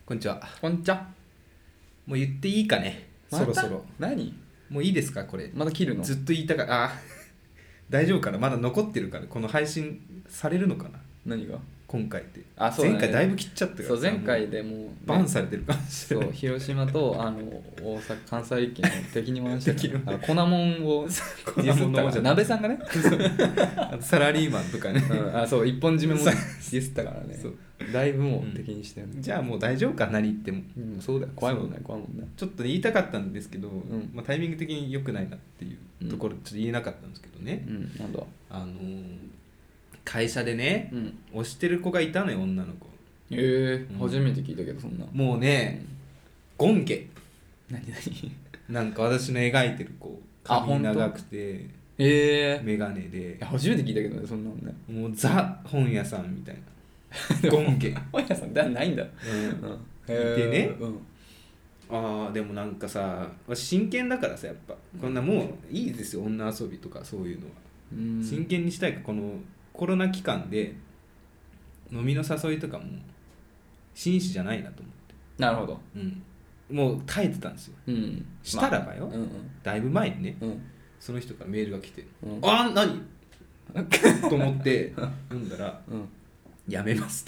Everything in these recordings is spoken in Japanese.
こんにちは。 こんにちは。 もう言っていいかね、 またそろそろ。 何もういいですか、これ。 また切るの？ ずっと言いたか、大丈夫かな、まだ残ってるから、この配信されるのかな、 何が？ 今回って。 そうだね、 前回だいぶ切っちゃったからそう、 さ、 前回でもう、 バンされてるかもしれそう、 ない。 広島と大阪、関西一揆の敵に回してる粉もんをディスったから鍋さんがね、 あとサラリーマンとかね。 そう、一本締めもディスったからね。 そうだいぶもう敵にしてる、 じゃあもう大丈夫か、何言っても。 そうだよ、怖いもんね、怖いもんね。 ちょっと言いたかったんですけど、 んタイミング的に良くないなっていうところ、ちょっと言えなかったんですけどね。 なんだ。 会社でね、推してる子がいたのよ、女の子。 初めて聞いたけど、そんな。 もうね、ゴンゲ。 何なんか私の描いてる子、髪長くて、メガネで、 初めて聞いたけどね、そんなのね。 もうザ本屋さんみたいな。ゴンゲ。 本屋さんではないんだ。 でね、でもなんかさ、真剣だからさ、やっぱこんなもういいですよ、女遊びとかそういうのは。真剣にしたいか、このコロナ期間で飲みの誘いとかも紳士じゃないなと思って。 なるほど。 もう耐えてたんですよ。したらばよ、だいぶ前にね、その人からメールが来て、何と思って読んだら、やめますと。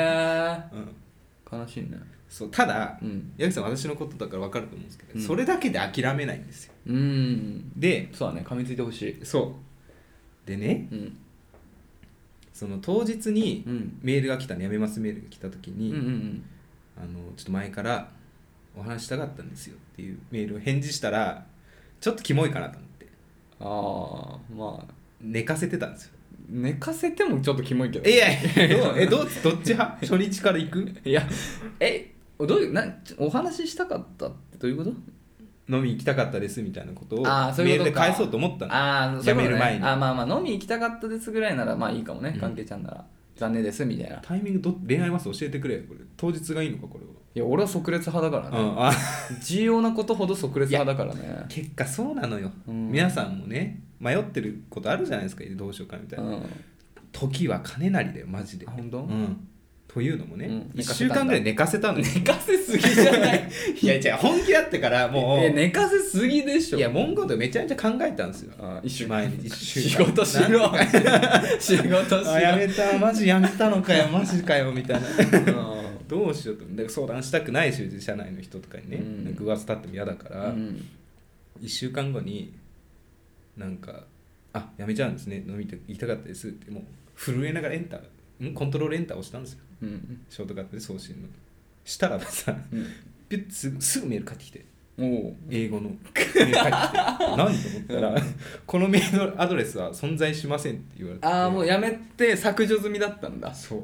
悲しいね。 そう、ただ、八木さん私のことだから分かると思うんですけど、それだけで諦めないんですよ。で、 そうだね、噛みついてほしい。 そうでね、その当日にメールが来たの、やめますメールが来た時に、ちょっと前からお話したかったんですよっていうメールを返事したら、ちょっとキモいかなと思って、寝かせてたんですよ。 寝かせてもちょっとキモいけど。 どっち派？初日から行く？ いや、どういうお話ししたかったってどういうこと？ 飲み行きたかったですみたいなことをメそういうことかールで返そうと思ったの。やめる前に。 飲み行きたかったですぐらいならまあいいかもね、関係ちゃんなら。残念ですみたいな。 タイミング恋愛マス教えてくれよ、これ。当日がいいのか、これは。 いや、俺は即列派だからね。重要なことほど即列派だからね。 結果そうなのよ。皆さんもね、迷ってることあるじゃないですか、どうしようかみたいな。時は金なりだよ、マジで。 本当？ というのもね、1週間ぐらい寝かせたのよ。 寝かせすぎじゃない？ いや違う、本気だってからもう。 寝かせすぎでしょ。 いや、文言とめちゃめちゃ考えたんですよ。 一週前に。 仕事しろ。仕事しろ。 やめた、マジやめたのかよ、マジかよみたいな。どうしようと。だから相談したくないし、社内の人とかにね、噂立っても嫌だから、1週間後になんか、やめちゃうんですね、飲み行きたかったですって、もう震えながらコントロールエンターを押したんですよ。ショートカットで送信の。したらばさ、ピュッてすぐメール返ってきて、英語のメール返ってきて、何と思ったら、このメールアドレスは存在しませんって言われて。 もうやめて削除済みだったんだ。 そう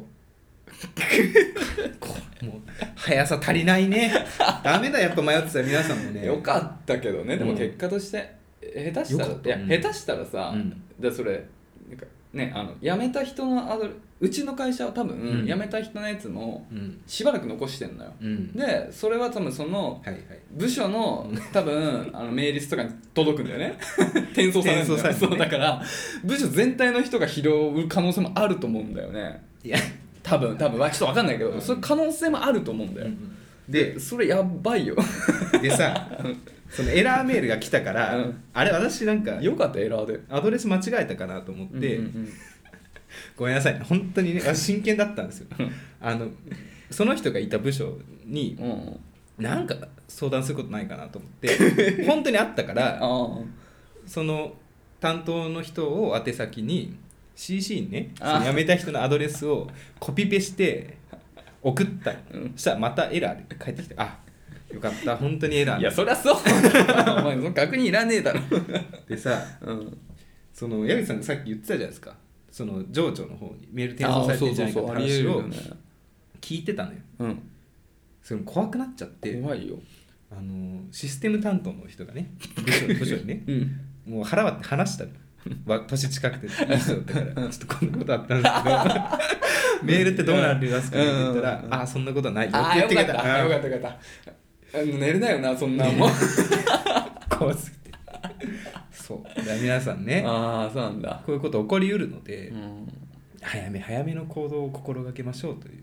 もう速さ足りないね。ダメだ、やっぱ迷ってたら皆さんもね。 よかったけどね、でも結果として下手したらさ、それなんかね、辞めた人のうちの会社は多分、辞めた人のやつもしばらく残してんのよ、でそれは多分その部署の多分メールリストとかに届くんだよね。転送されるんだよ。そうだから部署全体の人が拾う可能性もあると思うんだよね。 いや多分ちょっと分かんないけど、その可能性もあると思うんだよ、でそれやばいよ。 でさ、そのエラーメールが来たから、あれ私なんかよかった、エラーでアドレス間違えたかなと思って、ごめんなさい、本当にね、真剣だったんですよ。その人がいた部署になんか相談することないかなと思って本当にあったからその担当の人を宛先に CC にね、その辞めた人のアドレスをコピペして送った、そしたらまたエラーで返ってきて、よかった、本当にエラー。 いや、そりゃそう。お前その確認いらねえだろ。 でさ、その矢口さんがさっき言ってたじゃないですか、その上長の方にメール転送されてるんじゃないかって話を聞いてたのよ。それも怖くなっちゃって、 怖いよ。 システム担当の人がね、部署にね、もう腹割って話したの。年近くていい人だったからちょっとこんなことあったんですけどメールってどうなりますかねって言ったら、そんなことはないよって言ってくれた。 よかった寝れないよな、そんなもん。 怖すぎて。そうだから皆さんね、 そうなんだ、 こういうこと起こりうるので、早めの行動を心がけましょうという。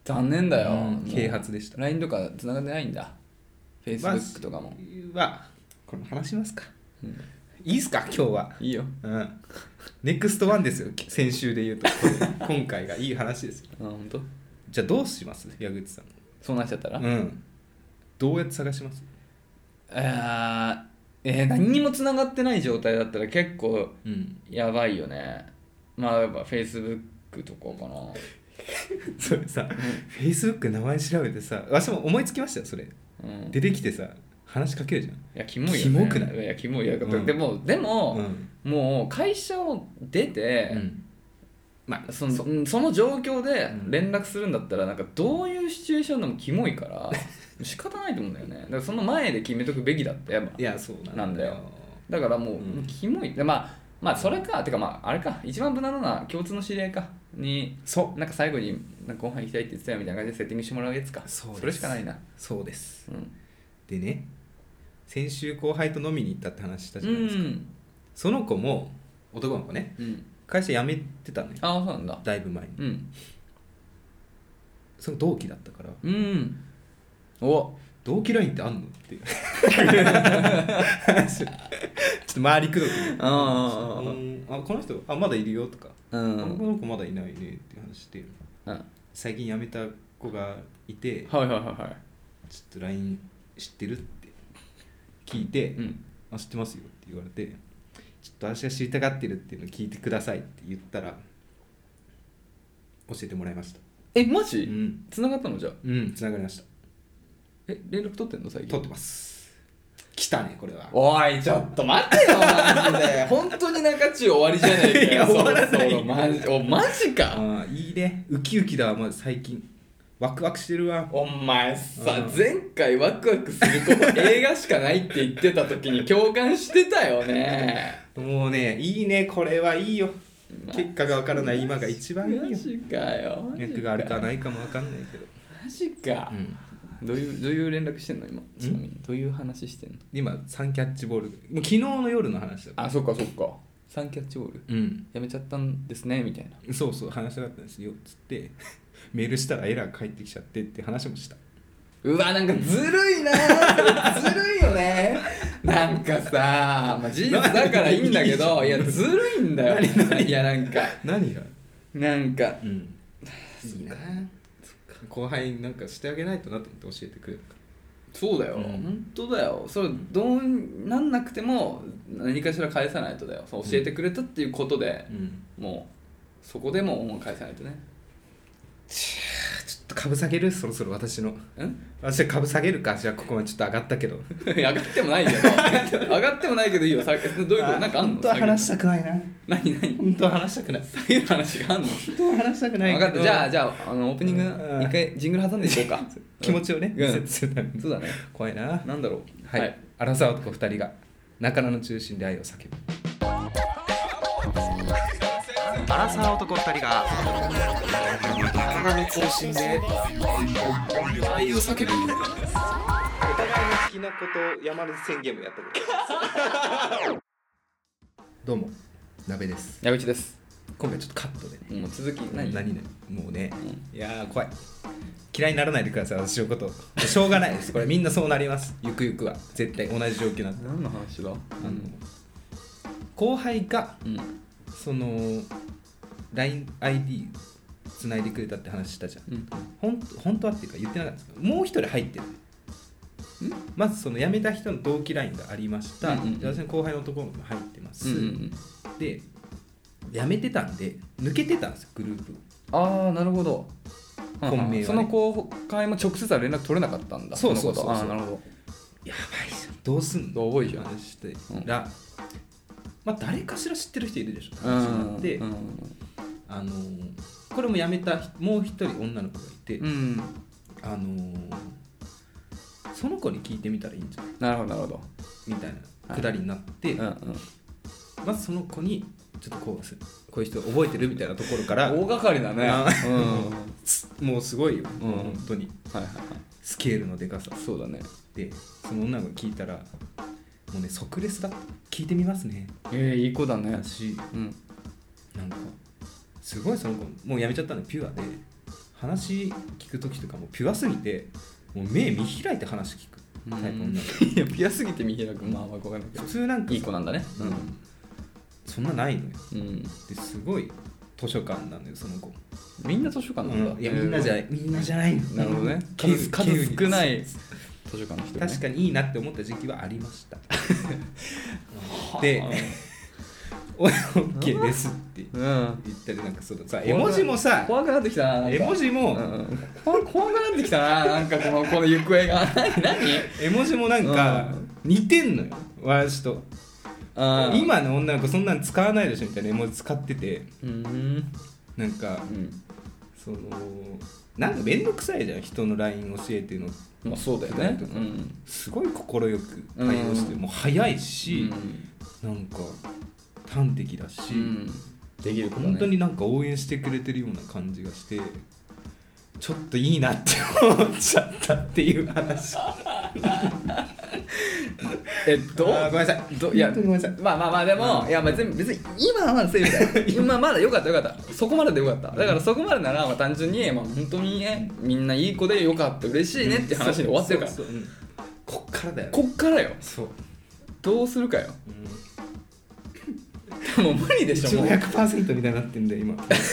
残念だよ、 啓発でした。 LINE とか繋がってないんだ。 Facebook とかもこれ話しますか、いいっすか今日は。 いいよ。 ネクストワンですよ、先週で言うと。今回がいい話ですよ。 本当？ じゃあどうします矢口さん。 そうなっちゃったら、 どうやって探します？ 何にも繋がってない状態だったら結構やばいよね。まあやっぱ Facebook とかかな。 それさ、Facebook 名前調べてさ、私も思いつきましたよそれ、出てきてさ話しかけるじゃん。いやキモいよね。 キモくない？ いやキモいや、でも、もう会社を出て、その状況で連絡するんだったらなんかどういうシチュエーションでもキモいから仕方ないと思うんだよね。だからその前で決めとくべきだってやっぱ。 いやそうなんだよ。だからもう、キモい。まあそれか、てかあれか、一番無難な共通の知り合いかに、なんか最後になんかご飯行きたいって言ってたよみたいな感じでセッティングしてもらうやつか。それしかないな。 そうです、でね、先週後輩と飲みに行ったって話したじゃないですか、その子も男の子ね、会社辞めてたね。 そうなんだ。 だいぶ前に、その同期だったから、同期ラインってあんのっていうちょっと周りくどくね、この人まだいるよとか、この子まだいないねっていう話して、最近辞めた子がいて、ちょっと LINE 知ってるって聞いて、知ってますよって言われて、ちょっと私が知りたがってるっていうのを聞いてくださいって言ったら教えてもらいました。 マジ？繋がったの？じゃあ繋がりました。 連絡取ってんの最近？ 取ってます。来たねこれは。 おいちょっと待てよマジで本当に中中終わりじゃないかよ。いや終わらないマジか。 いいね、ウキウキだわ。まず最近ワクワクしてるわ。 お前さ、前回ワクワクすること映画しかないって言ってた時に共感してたよね。 もうね、いいね、これはいいよ。結果が分からない今が一番いいよ。 マジかよ。 脈があるかないかも分かんないけど。 マジか、どういう連絡してんの今？ちなみにどういう話してんの？ 今3キャッチボール、もう昨日の夜の話だ。 そっか3キャッチボール、やめちゃったんですねみたいな。 そう話したかったんですよっつってメールしたらエラー返ってきちゃってって話もした。 うわなんかずるいなずるいよね。なんかさ、事実だからいいんだけどいやずるいんだよ。いやなんか何がなんか、 いいな。後輩なんかしてあげないとなと思って教えてくれるか。 そうだよ、本当だよ。それどうなんなくても何かしら返さないとだよ。そう教えてくれたっていうことで、もうそこでも返さないとね。 ちょっと株下げる、そろそろ私の。私は株下げるか。じゃあここまでちょっと上がったけど上がってもないけど上がってもないけどいいよ。どういうことなんかあんの？ 本当は話したくないな。 何本当は話したくない。 そういう話があんの？ 本当は話したくないけど。 分かった。じゃあオープニング一回ジングル挟んでいこうか。 気持ちをね、 そうだね。 怖いな。 なんだろう。 はい。アラサー男2人が中野の中心で愛を叫ぶ。アラサー男2人が中野の中心で愛を叫ぶ。お互いの好きなこと山根宣言もやったことどうも鍋です。 矢口です。 今回ちょっとカットでね。 もう続き何もうね、いや怖い。嫌いにならないでください私のこと。しょうがないです。これみんなそうなります。ゆくゆくは絶対同じ状況なんで。 何の話だ？ 後輩が、その LINE-ID つないでくれたって話したじゃん。本当はっていうか言ってなかったんですけど、もう一人入ってる。まずその辞めた人の同期 LINE がありました。私の後輩のところも入ってます。で辞めてたんで抜けてたんですよグループ。 なるほど。 本命はね、 その後輩も直接は連絡取れなかったんだ。 そう。なるほど。 やばいじゃん。どうすんの？ 多いじゃん。 話してら、誰かしら知ってる人いるでしょ。で、これも辞めたもう一人女の子がいて、その子に聞いてみたらいいんじゃない？ なるほど。 みたいなくだりになって、まずその子にちょっとこういう人覚えてるみたいなところから大掛かりだね。 もうすごいよ、本当に、スケールのでかさ。 そうだね。でその女の子聞いたらもうね即レスだ。聞いてみますね。 いい子だね。 なんかすごいその子もう辞めちゃったんでピュアで話聞く時とかもピュアすぎてもう目見開いて話聞くタイプ女の子。 いやピュアすぎて見開く、まあ分かんないけど普通なんかいい子なんだね。 そんなないのよ。ですごい図書館なんだよその子。 みんな図書館なんだ。 いやみんなじゃないの。 なるほどね。数少ない図書館の人ね。 確かにいいなって思った時期はありました。でOK ですって言ったりなんかそのさ絵文字もさ怖くなってきたな。 絵文字も怖くなってきたな。なんかこの行方が何絵文字もなんか似てんのよ私と。今の女の子そんなの使わないでしょみたいな絵文字使っててなんかそのなんかめんどくさいじゃん人の LINE 教えてるの。 まあそうだよね。 すごい快く対応してもう早いしなんか端的だしできることね。 本当になんか応援してくれてるような感じがしてちょっといいなって思っちゃったっていう話。ごめんなさい。 いやごめんなさい。 まあでもいや別に今はまだセーフだよ。今まだよかったそこまででよかった。だからそこまでならまあ単純にまあ本当にねみんないい子でよかった嬉しいねって話で終わってるから。 こっからだよ。 こっからよ。 そう。 どうするかよ。もう無理でしょ。 もう 100% みたいになってんだよ今。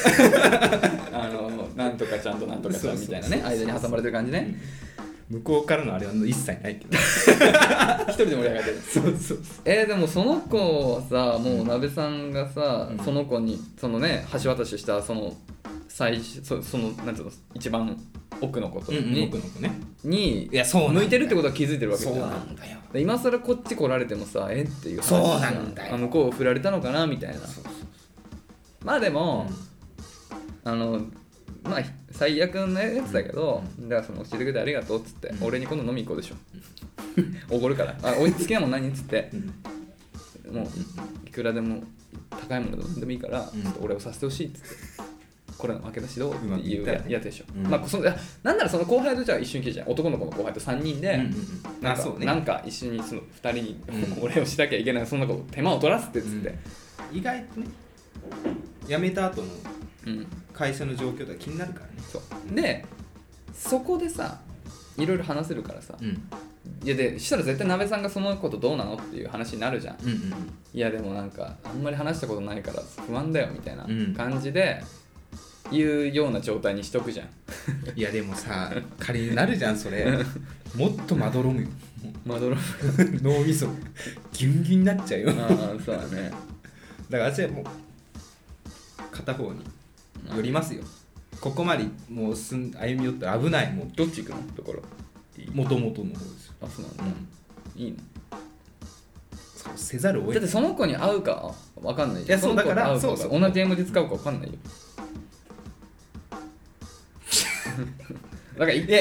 なんとかちゃんとなんとかちゃんみたいなね間に挟まれてる感じね。 向こうからのあれは一切ないけど一人で盛り上がってる。そうでもその子はさもう鍋さんがさ、その子にそのね橋渡ししたそのそのなんていうの一番奥の子とにいやそう向いてるってことは気づいてるわけじゃん。 そうなんだよ。 今更こっち来られてもさっていう話。 そうなんだよ。 向こう振られたのかなみたいな。まあでも、まあ最悪のやつだけど、だからその教えてくれてありがとうっつって、俺に今度飲み行こうでしょ。おごるから好きなもん何っつって、もういくらでも高いものでも何でもいいから、ちょっと俺をさせてほしいっつって、これの負け出しどうっていうやつでしょ。まあなんならその後輩とじゃあ一緒に来てじゃん。男の子の後輩と3人でなんか一緒にその2人にお礼をしなきゃいけない、そんなこと手間を取らせてっつって、 意外とね辞めた後の会社の状況とか気になるからね。 そうでそこでさいろいろ話せるからさ、いやでしたら絶対鍋さんがそのことどうなのっていう話になるじゃん。いやでもなんかあんまり話したことないから不安だよみたいな感じでいうような状態にしとくじゃん。 いやでもさ仮になるじゃんそれもっとまどろむよ。 まどろむ脳みそギュンギュンになっちゃうよ。 そうだね。 だから私はもう片方に寄りますよ。ここまでもう歩み寄って危ない。もうどっち行くのところ元々の方ですよ。 あ、そうなんだ、いいの。 そうせざるを得ない。 だってその子に会うか分かんない。 いやそうだから同じ絵文字使うか分かんないよ。なんかい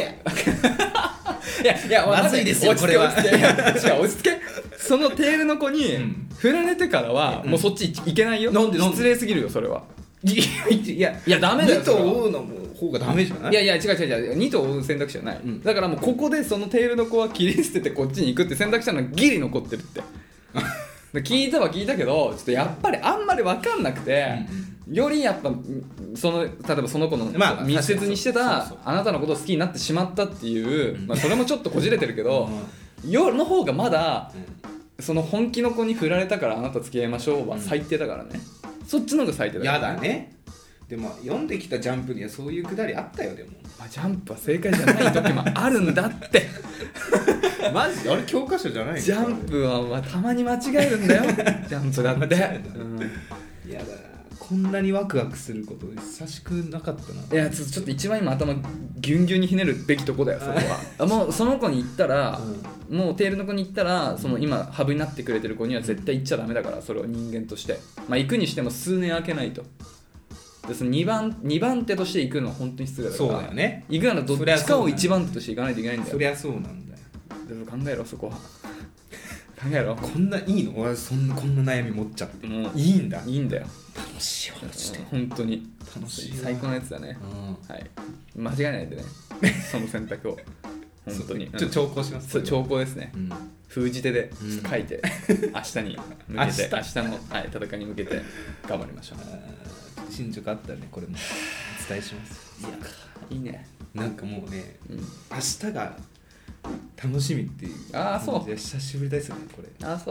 やまずいですよこれは。 落ち着け。そのテールの子に振られてからはもうそっち行けないよ。なんで失礼すぎるよそれは。いやダメだよ。 2と追うの方がダメじゃない？ いや違う2と追う選択肢はない、だからもうここでそのテールの子は切り捨ててこっちに行くって選択肢はギリ残ってるって聞いたけどちょっとやっぱりあんまり分かんなくて、よりやっぱ例えばその子の密接にしてたあなたのことを好きになってしまったっていう、それもちょっとこじれてるけど、の方がまだその本気の子に振られたからあなた付き合いましょうは最低だからね、そっちの方が最低だから。 やだね。でも読んできたジャンプにはそういうくだりあったよ。でも、 ジャンプは正解じゃない時もあるんだってマジあれ教科書じゃないの？ ジャンプはたまに間違えるんだよジャンプだって。 いやだこんなにワクワクすること久しくなかったな。 いやちょっと一番今頭ギュンギュンにひねるべきとこだよそこは。もうその子に言ったら、もうテールの子に言ったら、その今ハブになってくれてる子には絶対言っちゃダメだから、それは人間として、行くにしても数年空けないと。でその2番手として行くのは本当に失礼だから。 そうだよね。 行くならどっちかを1番手として行かないといけないんだよ。 そりゃそうなんだよ。 でも考えろそこは考えろ。 こんないいの？俺こんな悩み持っちゃってもういいんだ。 いいんだよ。 楽しいわマジで。 本当に楽しい。 最高のやつだね。はい。間違えないでねその選択を。本当に。 ちょっと長考します。 そう長考ですね。封じ手で書いて明日に向けて明日の戦いに向けて頑張りましょう。 進捗あったらねこれもお伝えします。 いいね。 なんかもうね、明日が楽しみっていうああそう、 久しぶりですよねこれ。 ああそう、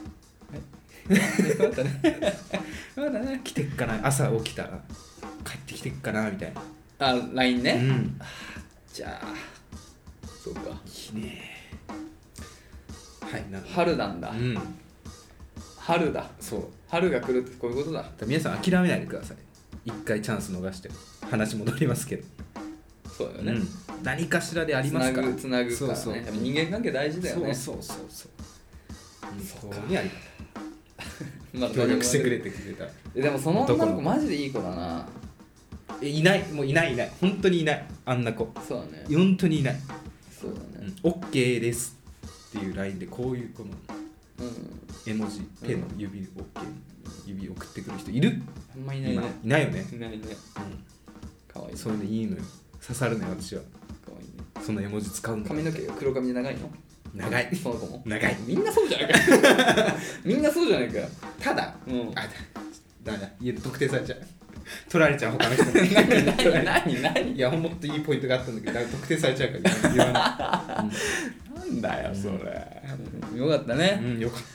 よかったねまだね来てっかな、朝起きたら帰ってきてっかなみたいな。 あ LINE ね、じゃあそうか、 いいね。はい春なんだ、春だ。 そう、 春が来るってこういうことだ。 皆さん諦めないでください。一回チャンス逃して話戻りますけど、 そうだよね、 何かしらでありますからつなぐからね。そう人間関係大事だよね。 そう本当にありがとう協力してくれてた。 でもその女の子マジでいい子だな。 いない、もういない本当にいない、あんな子。 そうだね、 本当にいない。 そうだね、 OK ですっていう LINE でこういうこの絵文字、手の指 OK、指送ってくる人いる？ あんまいないね。 いないよね。 いないね。かわいい。 そういうのいいのよ、刺さるのよ私は。かわいいね。その絵文字使うんだ。 髪の毛が黒髪で長いの？ 長い。 その子も長い。 みんなそうじゃないかみんなそうじゃないか。 ただ、ダメだ、家で特定されちゃう取られちゃう他の人に何いやもっといいポイントがあったんだけど特定されちゃうから言わないなんだよそれ、よかったね。 よかった。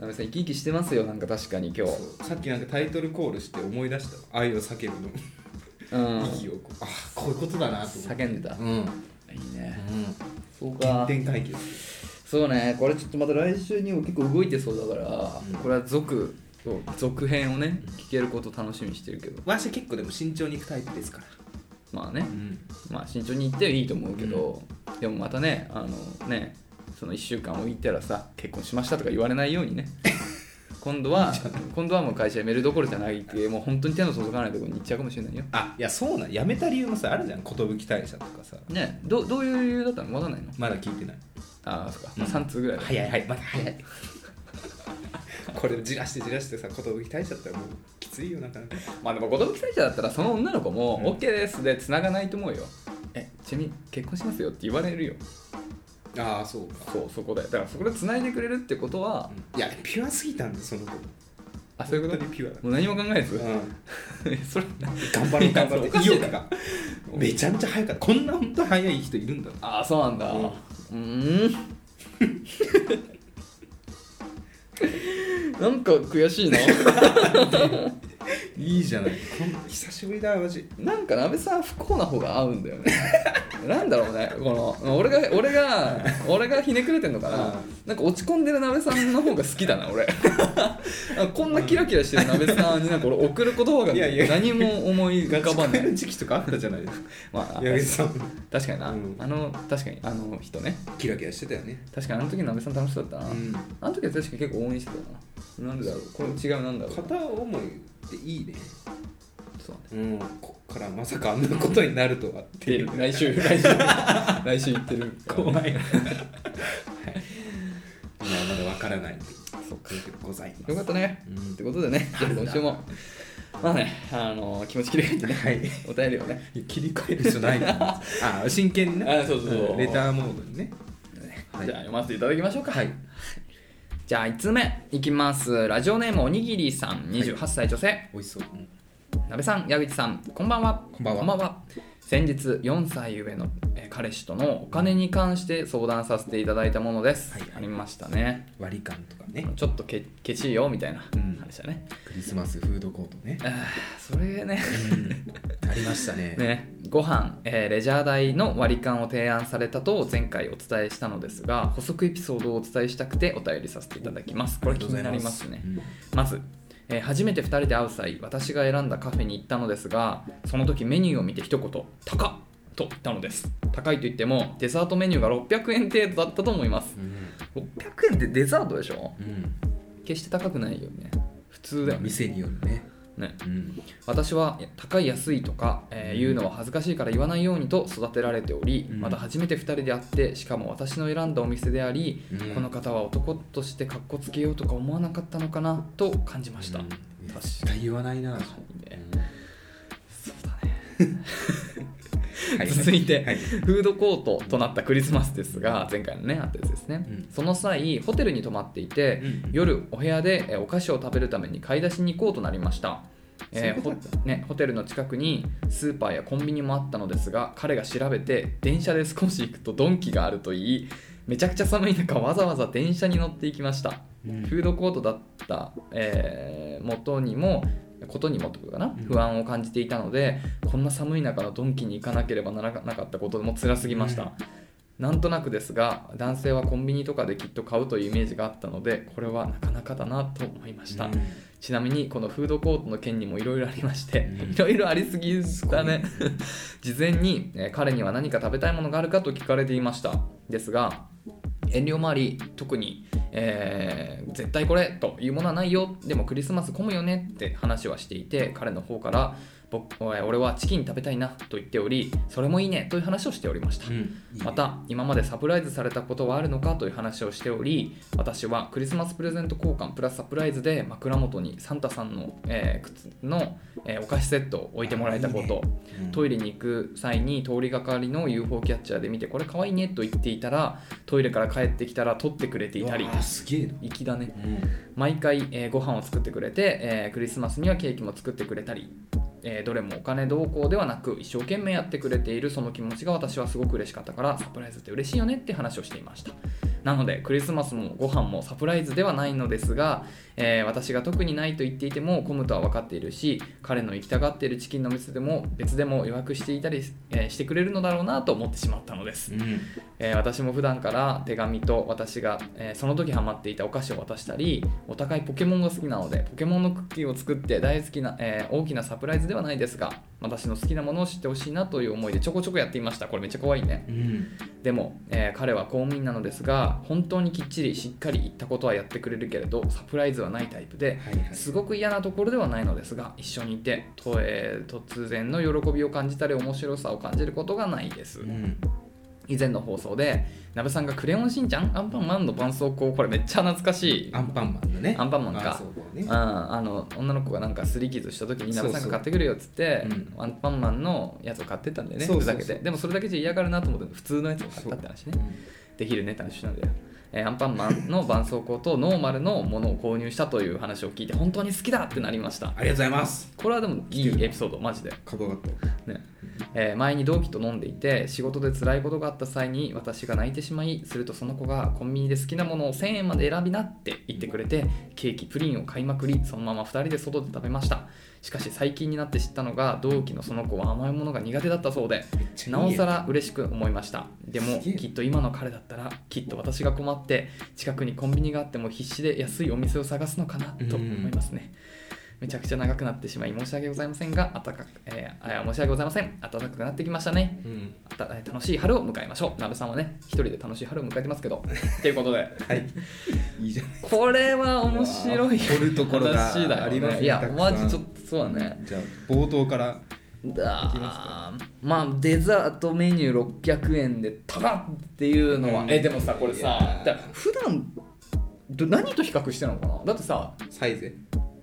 なべさん生き生きしてますよ。なんか確かに今日さっきなんかタイトルコールして思い出した愛を叫ぶの息をこういうことだなと叫んでた。いいね。そうか。 原点回帰。 そうね、これちょっとまた来週にも結構動いてそうだから、これは続編をね聞けること楽しみにしてるけど、 私結構でも慎重にいくタイプですから。 まあね、まあ慎重にいっていいと思うけど、でもまたねその1週間置いたらさ結婚しましたとか言われないようにね今度はもう会社辞めるどころじゃないってもう本当に手の届かないところに行っちゃうかもしれないよ。 いやそうなん、辞めた理由もさあるじゃん。寿退社とかさね。どういう理由だったの？分かんないの？ まだ聞いてない。 ああそっか、3通ぐらいだ。 早いまだ早いこれじらしてさ寿退社ったらもうきついよなかなか。 まあでも寿退社だったらその女の子も OK ですで繋がないと思うよ。ちなみに結婚しますよって言われるよ。 ああそうか。 そこでだからそこで繋いでくれるってことは、 いやピュアすぎたんだその子。 そういうこと。 ピュア。 もう何も考えず、それ頑張ろうって意欲がめちゃめちゃ早かった。こんな本当早い人いるんだ。 そうなんだ。なんか悔しいな。 いいじゃない。久しぶりだマジ。 なんかなべさん不幸な方が合うんだよね。なんだろうね、この俺がひねくれてんのかな。なんか落ち込んでるなべさんの方が好きだな俺。こんなキラキラしてるなべさんになんか俺送る言葉が何も思い浮かばない。 時期とかあったじゃないですか。 矢口さん確かにな、確かにあの人ねキラキラしてたよね。 確かにあの時のなべさん楽しそうだったな。あの時は確かに結構応援してたな。なんでだろう、この違いなんだろう。 片思いっていいね。 そうね。 こっからまさかあんなことになるとはって来週言ってる。 怖い。まだわからない。そうかございます。 よかったね。ってことでね、じゃあ今週もまあね気持ち切り替えてね、お便りをね切り替える必要ないの。真剣にね。 そうレターモードにね。 じゃあ読ませていただきましょうか。じゃあ1つ目いきます。ラジオネームおにぎりさん、28歳女性。 おいしそう。 なべさん、矢口さん、こんばんは。 こんばんは。 先日4歳上の彼氏とのお金に関して相談させていただいたものです。ありましたね。 割り勘とかね。 ちょっとケチいよみたいな話だね。 クリスマスフードコートね。 それね。 ありましたね。 ご飯、レジャー代の割り勘を提案されたと前回お伝えしたのですが、補足エピソードをお伝えしたくてお便りさせていただきます。これ気になりますね。まず初めて2人で会う際、私が選んだカフェに行ったのですが、その時メニューを見て一言高っと言ったのです。高いと言ってもデザートメニューが600円程度だったと思います。600円ってデザートでしょ。決して高くないよね。普通だよね。 店によるね。 私は高い安いとか、言うのは恥ずかしいから言わないようにと育てられており、また初めて2人で会って、しかも私の選んだお店であり、この方は男としてかっこつけようとか思わなかったのかなと感じました。確かに言わないな。 そうだね。続いて、フードコートとなったクリスマスですが、前回のねあったやつですね。その際ホテルに泊まっていて、夜お部屋でお菓子を食べるために買い出しに行こうとなりました。 ホテルの近くにスーパーやコンビニもあったのですが、彼が調べて電車で少し行くとドンキがあると言い、めちゃくちゃ寒い中わざわざ電車に乗っていきました。フードコートだった、ことにもってことかな、不安を感じていたので、こんな寒い中のドンキに行かなければならなかったことも辛すぎました。なんとなくですが、男性はコンビニとかできっと買うというイメージがあったので、これはなかなかだなと思いました。ちなみにこのフードコートの件にもいろいろありまして、いろいろありすぎだね事前に、彼には何か食べたいものがあるかと聞かれていましたですが、遠慮もあり、特に、絶対これというものはないよ、でもクリスマス混むよねって話はしていて、彼の方から俺はチキン食べたいなと言っており、それもいいねという話をしておりました。また今までサプライズされたことはあるのかという話をしており、私はクリスマスプレゼント交換プラスサプライズで枕元にサンタさんの、靴の、お菓子セットを置いてもらえたこと、トイレに行く際に通りがかりの UFO キャッチャーで見て、これかわいいねと言っていたら、トイレから帰ってきたら取ってくれていたり、 すげえ粋だね、毎回、ご飯を作ってくれて、クリスマスにはケーキも作ってくれたり、どれもお金どうこうではなく一生懸命やってくれているその気持ちが私はすごく嬉しかったから、サプライズって嬉しいよねって話をしていました。なのでクリスマスもご飯もサプライズではないのですが、私が特にないと言っていても混むとは分かっているし、彼の行きたがっているチキンの別でも予約していたり、してくれるのだろうなと思ってしまったのです、私も普段から手紙と私が、その時ハマっていたお菓子を渡したり、お互いポケモンが好きなのでポケモンのクッキーを作って大好きな、大きなサプライズではないですが、私の好きなものを知ってほしいなという思いでちょこちょこやっていました。これめっちゃ可愛いね、でも、彼は公務員なのですが、本当にきっちりしっかり言ったことはやってくれるけれどサプライズはないタイプで、すごく嫌なところではないのですが、一緒にいて突然の喜びを感じたり面白さを感じることがないです、以前の放送でなべさんがクレヨンしんちゃんアンパンマンの絆創膏、これめっちゃ懐かしい。 アンパンマンのね、 アンパンマンか、女の子がなんかすり傷した時になべさんが買ってくるよっつって、アンパンマンのやつを買ってったんだよね、ふざけて。でもそれだけじゃ嫌がるなと思って普通のやつを買ったって話ね、できるねって話なんだよ。アンパンマンの絆創膏とノーマルのものを購入したという話を聞いて本当に好きだってなりました。 ありがとうございます。 これはでもいいエピソードマジでかっこよかった、 ね。前に同期と飲んでいて、仕事で辛いことがあった際に私が泣いてしまい、するとその子がコンビニで好きなものを1000円まで選びなって言ってくれて、ケーキプリンを買いまくり、そのまま2人で外で食べました。しかし最近になって知ったのが、同期のその子は甘いものが苦手だったそうで、なおさら嬉しく思いました。でもきっと今の彼だったら、きっと私が困って近くにコンビニがあっても必死で安いお店を探すのかなと思いますね。めちゃくちゃ長くなってしまい申し訳ございませんが、申し訳ございません。暖かくなってきましたね、楽しい春を迎えましょう。なべさんはね、一人で楽しい春を迎えてますけどということで、 いいじゃない。 これは面白い掘るところがありますね。 いやマジちょっとそうだね。 じゃあ冒頭からまあデザートメニュー600円で高っっていうのは、でもさこれさ、普段何と比較してるのかな。だってさ、 サイゼ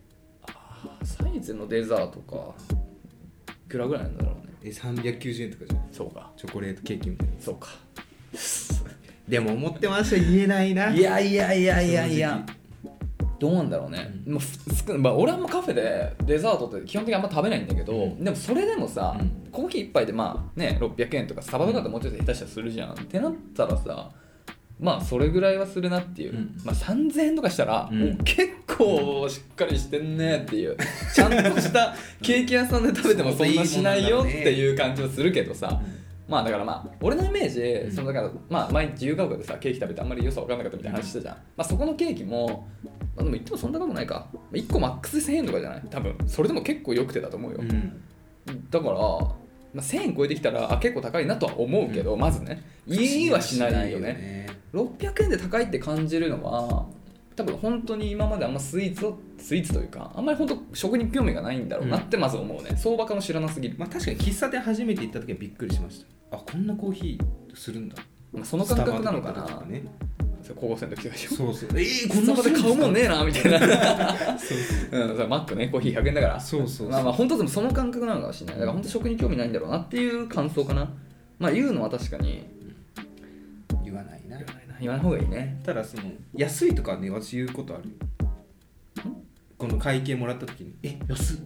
のデザートかいくらぐらいなんだろうね。 390円とかじゃん。 そうか、 チョコレートケーキみたいな。 そうかでも思ってました、言えないな。 いやどうなんだろうね、俺はもうカフェでデザートって基本的にあんま食べないんだけど、でもそれでもさ、コーヒー一杯でまあね600円とか、スタバとかでもうちょっと下手したらするじゃん、ってなったらさ、まあそれぐらいはするなっていう、3000円とかしたら、結構しっかりしてんねっていう、ちゃんとしたケーキ屋さんで食べてもそんなしないよっていう感じはするけどさ、まあだから俺のイメージ、だから前自由が丘でさケーキ食べてあんまり良さ分かんなかったみたいな話したじゃん。そこのケーキも、でも言ってもそんなことないか、1個マックス1000円とかじゃない多分。それでも結構良くてだと思うよ、だから1000円超えてきたら結構高いなとは思うけど、まずね言いはしないよね。600円で高いって感じるのは多分本当に今まであんまスイーツというかあんまり本当食に興味がないんだろうなってまず思うね、相場かも知らなすぎる。 確かに喫茶店初めて行った時はびっくりしました。こんなコーヒーするんだ、 その感覚なのかな。高校生の時とかでしょ。 そうこんな場で買うもんねえなみたいなマックねコーヒー100円だから、本当でもその感覚なのかもしれない。だから本当食に興味ないんだろうなっていう感想かな。言うのは確かに言わない方がいいね。 ただその安いとかね、私言うことある。この会計もらった時に安っ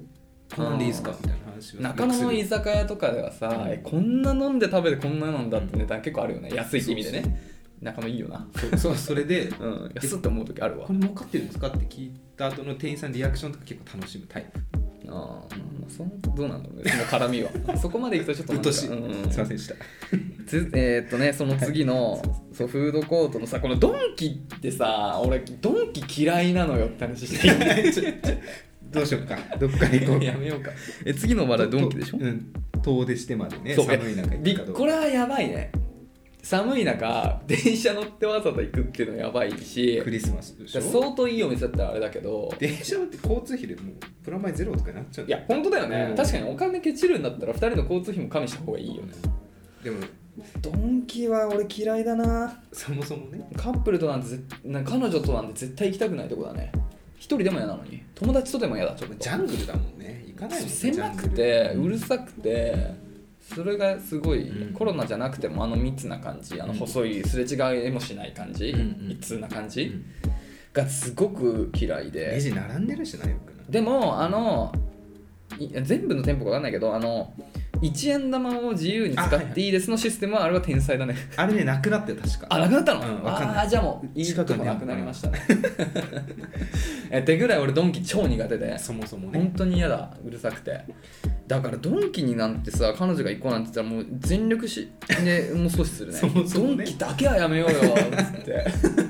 こんなんでいいですかみたいな話を中野の居酒屋とかではさ、こんな飲んで食べてこんななんだってネタ結構あるよね。安いって意味でね。中野いいよな。 それで、 安って思う時あるわ。 これ儲かってるんですかって聞いた後の店員さんリアクションとか結構楽しむタイプ。 どうなんだろうね、その絡みは。そこまでいくとちょっとなんか、 すいませんでした。 その次の、そうフードコートのさ、このドンキってさ、俺ドンキ嫌いなのよって話していどうしようか、どっか行こう。 やめようか。次の話題ドンキでしょ。 遠出してまでね、 寒い中行くかどうか。 これはやばいね。寒い中電車乗ってわざと行くっていうのやばいし、 クリスマスでしょ。 相当いいお店だったらあれだけど、 電車乗って交通費でもうプラマイゼロとかになっちゃう。 いや本当だよね、確かにお金ケチるんだったら2人の交通費も加味した方がいいよね。 でもドンキは俺嫌いだな。 そもそもね、 カップルとなんて彼女となんて絶対行きたくないとこだね。一人でも嫌なのに友達とでも嫌だ。ちょっとジャングルだもんね。行かないもんね。 狭くてうるさくて、それがすごい、コロナじゃなくても密な感じ、細いすれ違いもしない感じ、一通な感じがすごく嫌いで。 レジ並んでるしな、よくな。 でも全部の店舗か分かんないけど1円玉を自由に使っていいですのシステムはあれは天才だね。 あれね、なくなって確か。 なくなったの？ 分かんない。 じゃあもういいとこなくなりましたね。ってぐらい俺ドンキ超苦手で、 そもそもね本当に嫌だ、うるさくて。だからドンキになんてさ、彼女が行こうなんて言ったらもう全力でもう阻止するね。 そもそもねドンキだけはやめようよっつって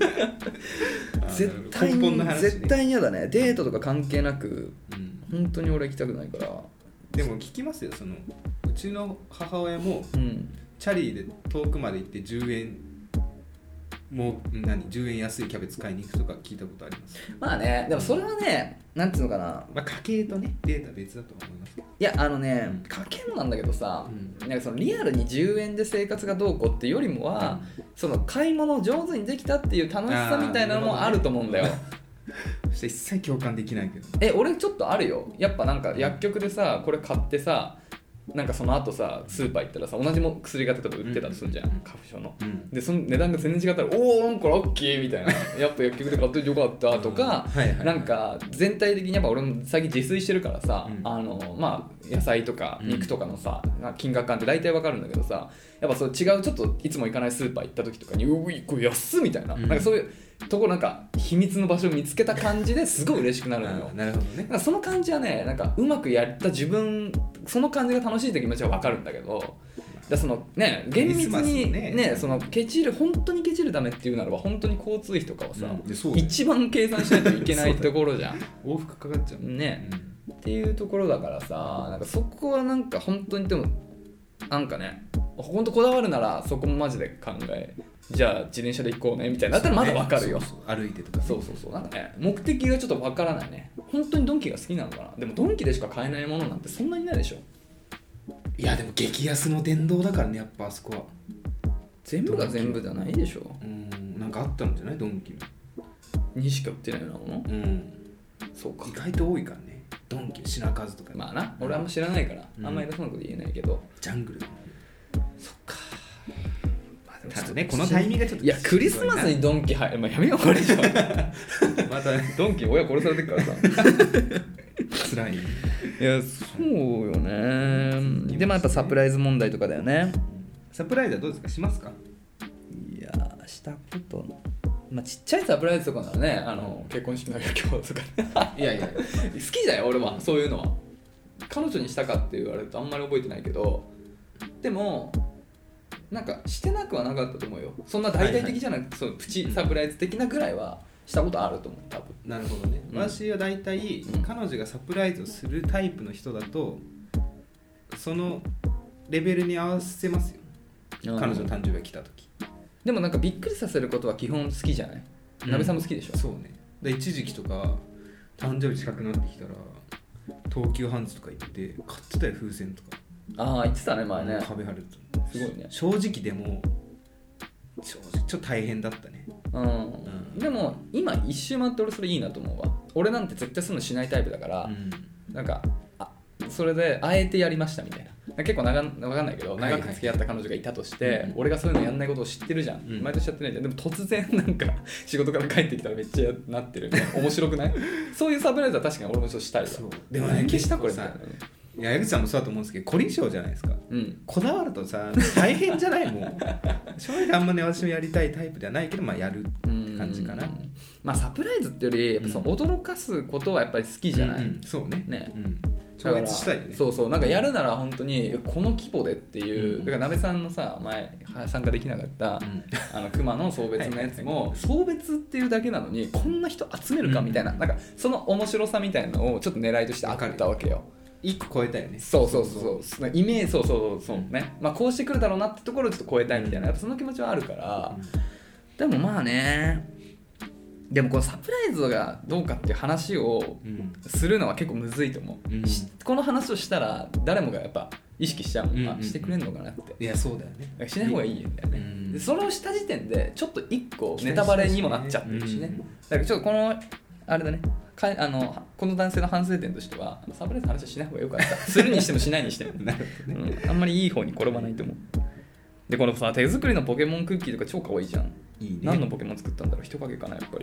絶対に嫌だね。デートとか関係なく、本当に俺行きたくないから。 でも聞きますよ、うちの母親も、チャリで遠くまで行って10円10円安いキャベツ買いに行くとか聞いたことあります。 まあね、でもそれはね、なんていうのかな、 家計とねデータ別だと思いますけど。 いや家計もなんだけどさ、なんかそのリアルに10円で生活がどうこうっていうよりもは、その買い物を上手にできたっていう楽しさみたいなのもあると思うんだよ。 そして一切共感できないけど。 俺ちょっとあるよ。やっぱなんか薬局でさ、これ買ってさ、なんかその後さスーパー行ったらさ、同じ薬が例えば売ってたとするじゃん、花粉症の、でその値段が全然違ったらこれオッケーみたいなやっぱ薬局で買っといてよかったとか、なんか全体的にやっぱ俺も最近自炊してるからさ、野菜とか肉とかのさ、金額感って大体わかるんだけどさ、やっぱそう違うちょっといつも行かないスーパー行った時とかにこれ安っみたいな、なんかそういうとこなんか秘密の場所を見つけた感じですごい嬉しくなるのよ。 なるほどね。 なんかその感じはね、なんかうまくやった自分、その感じが楽しいって気持ちは分かるんだけど、そのね、厳密にね、その本当にケチるためっていうならば本当に交通費とかをさ、一番計算しないといけないところじゃん。 往復かかっちゃうね、っていうところだからさ、なんかそこはなんか本当にでもなんかね、本当こだわるならそこもマジで考え、じゃあ自転車で行こうねみたいなだったらまだ分かるよ。 歩いてとか。 そうなんかね、目的がちょっと分からないね。本当にドンキが好きなのかな。でもドンキでしか買えないものなんてそんなにないでしょ。 いやでも激安の殿堂だからね、やっぱあそこは。 全部が全部じゃないでしょ。 なんかあったんじゃない、ドンキにしか売ってないようなもの。そうか。 意外と多いからね、ドンキ品数とか。 まあな、俺あんま知らないから、あんまり偉そうなこと言えないけど。 ジャングルだもん。 そっか。 ただね、このタイミングがちょっと、 いやクリスマスにドンキ入る、やめようこれじゃまたドンキ親殺されてるからさ辛い。 いやそうよね。でもやっぱサプライズ問題とかだよね。 サプライズはどうですか、しますか？ いやしたことちっちゃいサプライズとかならね、結婚式の余興とかいや好きだよ俺はそういうのは。彼女にしたかって言われるとあんまり覚えてないけど、でもなんかしてなくはなかったと思うよ。そんな大々的じゃなくて、そうプチサプライズ的なぐらいはしたことあると思う多分。 なるほどね。私は大体、彼女がサプライズをするタイプの人だとそのレベルに合わせますよ。彼女の誕生日が来た時。 でもなんかびっくりさせることは基本好きじゃない？なべさんも好きでしょ？ そうね。で一時期とか誕生日近くなってきたら東急ハンズとか行って買ってたよ、風船とか。 言ってたね前ね。 壁貼るとすごいね。 正直でもちょっと大変だったね。 でも今一周回って俺それいいなと思うわ。俺なんて絶対そういうのしないタイプだから、なんかそれであえてやりましたみたいな。 結構分かんないけど長く付き合った彼女がいたとして、俺がそういうのやんないことを知ってるじゃん、毎年やってないじゃん。でも突然なんか仕事から帰ってきたらめっちゃなってるみたいな面白くないそういうサプライズは確かに俺もちょっとしたいわ。 でもね消したこれさ、いや江口さんもそうだと思うんですけど凝り性じゃないですか、こだわるとさ大変じゃないもん正直あんまね私もやりたいタイプではないけど、やる感じかな。 サプライズってよりやっぱその驚かすことはやっぱり好きじゃない、 そうね。 だからしたいよね。 そうなんかやるなら本当にこの規模でっていう、だから鍋さんのさ前参加できなかった、熊の送別のやつも送別っていうだけなのにこんな人集めるかみたいな、なんかその面白さみたいなのをちょっと狙いとしてあったわけよ。 1個超えたよね。 そうイメージそうね、こうしてくるだろうなってところをちょっと超えたいみたいな、やっぱその気持ちはあるから、でもでもこのサプライズがどうかっていう話をするのは結構むずいと思う、この話をしたら誰もがやっぱ意識しちゃうのか、してくれるのかなって。 いやそうだよね、 しない方がいいんだよね、でそれをした時点でちょっと一個ネタバレにもなっちゃってるしね、だからちょっとこのあれだね、この男性の反省点としてはサプライズの話はしない方がよかったするにしてもしないにしてもなるほど、ね、あんまりいい方に転ばないと思う。でこのさ手作りのポケモンクッキーとか超可愛いじゃん。いいね。何のポケモン作ったんだろう。人影かなやっぱり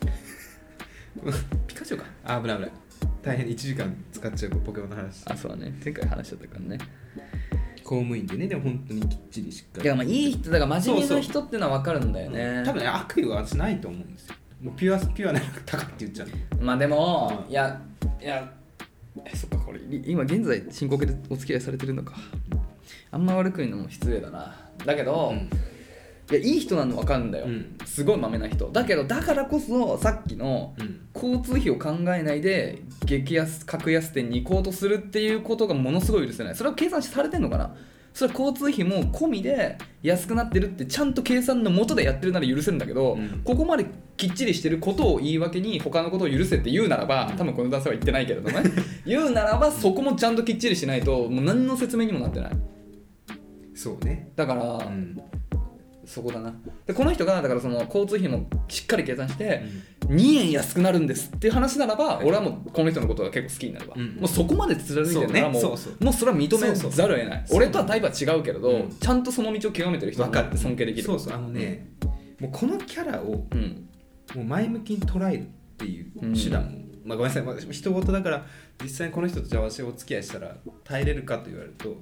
ピカチュウか。 危ない大変1時間使っちゃうポケモンの話。 そうだね、前回話しちゃったからね。 公務員でね、でも本当にきっちりしっかり。 いやいい人だから真面目な人っていうのは分かるんだよね。 多分ね悪意は私ないと思うんですよ。もうピュアな高って言っちゃう。 でも、いやそっか、これ今現在深刻でお付き合いされてるのか。あんま悪く言うのも失礼だな。だけど、いやいい人なの分かるんだよ、すごいマメな人だけど、だからこそさっきの交通費を考えないで格安店に行こうとするっていうことがものすごい許せない。それは計算されてんのかな。それは交通費も込みで安くなってるってちゃんと計算のもとでやってるなら許せるんだけど、ここまできっちりしてることを言い訳に他のことを許せって言うならば、多分この男性は言ってないけれどね言うならばそこもちゃんときっちりしないともう何の説明にもなってない。 そうね。 だから、そこだな。でこの人がだからその交通費もしっかり計算して、2円安くなるんですっていう話ならば、俺はもうこの人のことが結構好きになるわ、もうそこまで貫いてるならもうそれは認めざるを得ない。俺とはタイプは違うけれど、ちゃんとその道を極めてる人だって尊敬できる。 もうこのキャラをもう前向きに捉えるっていう手段も、ごめんなさい、私も人事だから実際にこの人とじゃあ私お付き合いしたら耐えれるかと言われると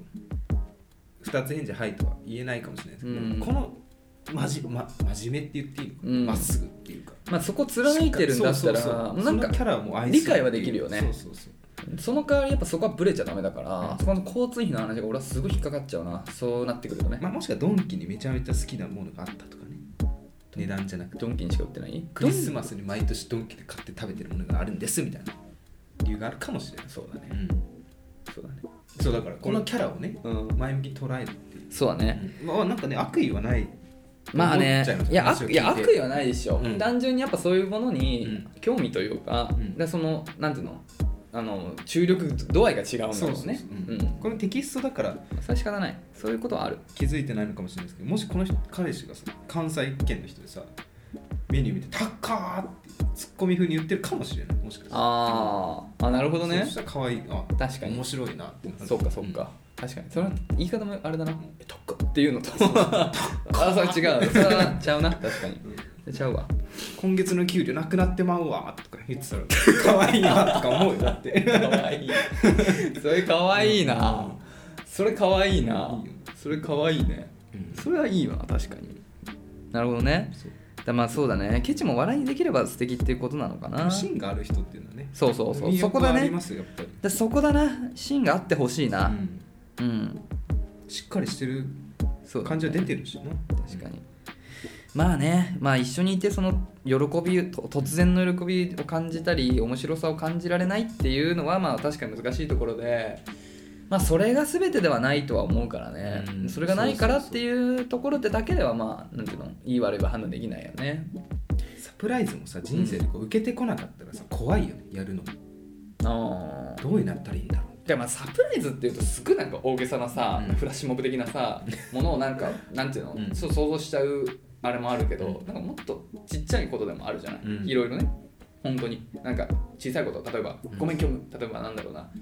2つ返事はいとは言えないかもしれないですけど、この真面目って言っていいのか、まっすぐっていうか、 そこ貫いてるんだったらなんか理解はできるよね。その代わりやっぱそこはブレちゃダメだから、そこの交通費の話が俺はすごい引っかかっちゃうな、そうなってくるとね。 もしくはドンキにめちゃめちゃ好きなものがあったとかね、値段じゃなくてドンキにしか売ってない、 クリスマスに毎年ドンキで買って食べてるものがあるんですみたいな理由があるかもしれない。 そうだね、 そうだからこのキャラをね、前向きに捉えるっていう。 そうだね、 なんかね悪意はない。 いや悪意はないでしょ、単純にやっぱそういうものに興味というか、そのなんていうの、注力度合いが違うんだろうね。 これテキストだからそれ仕方ない、そういうことはある。 気づいてないのかもしれないですけど、もしこの彼氏がさ関西圏の人でさメニュー見てタッカーってツッコミ風に言ってるかもしれない。もしかしたらなるほどね。 そしたら可愛い、 確かに面白いなって。 そうか、確かにそれは言い方もあれだな、タッカーっていうのとそれ違う、それはちゃうな、確かにちゃうわ。 今月の給料なくなってまうわとか言ってたら可愛いなとか思うよ。だって可愛いそれ可愛いな、それ可愛いな、それ可愛いね、それはいいわ、確かに。なるほどね。そうだね、ケチも笑いにできれば素敵っていうことなのかな。 芯がある人っていうのはね。 そうそこだね。そこだな、芯があってほしいな。 しっかりしてる感じは出てるしな。 確かに。一緒にいてその喜び、突然の喜びを感じたり面白さを感じられないっていうのは確かに難しいところで、それが全てではないとは思うからね、それがないからっていうところでだけではなんていうの、いい悪いは判断できないよね。 サプライズもさ、人生で受けてこなかったらさ、怖いよね、やるのも。どうなったらいいんだろう。 でサプライズっていうとすぐなんか大げさなさ、フラッシュモブ的なさものをなんかなんていうの、想像しちゃうあれもあるけど、なんかもっとちっちゃいことでもあるじゃない、いろいろね。本当になんか小さいこと、例えばごめん今日例えばなんだろうな、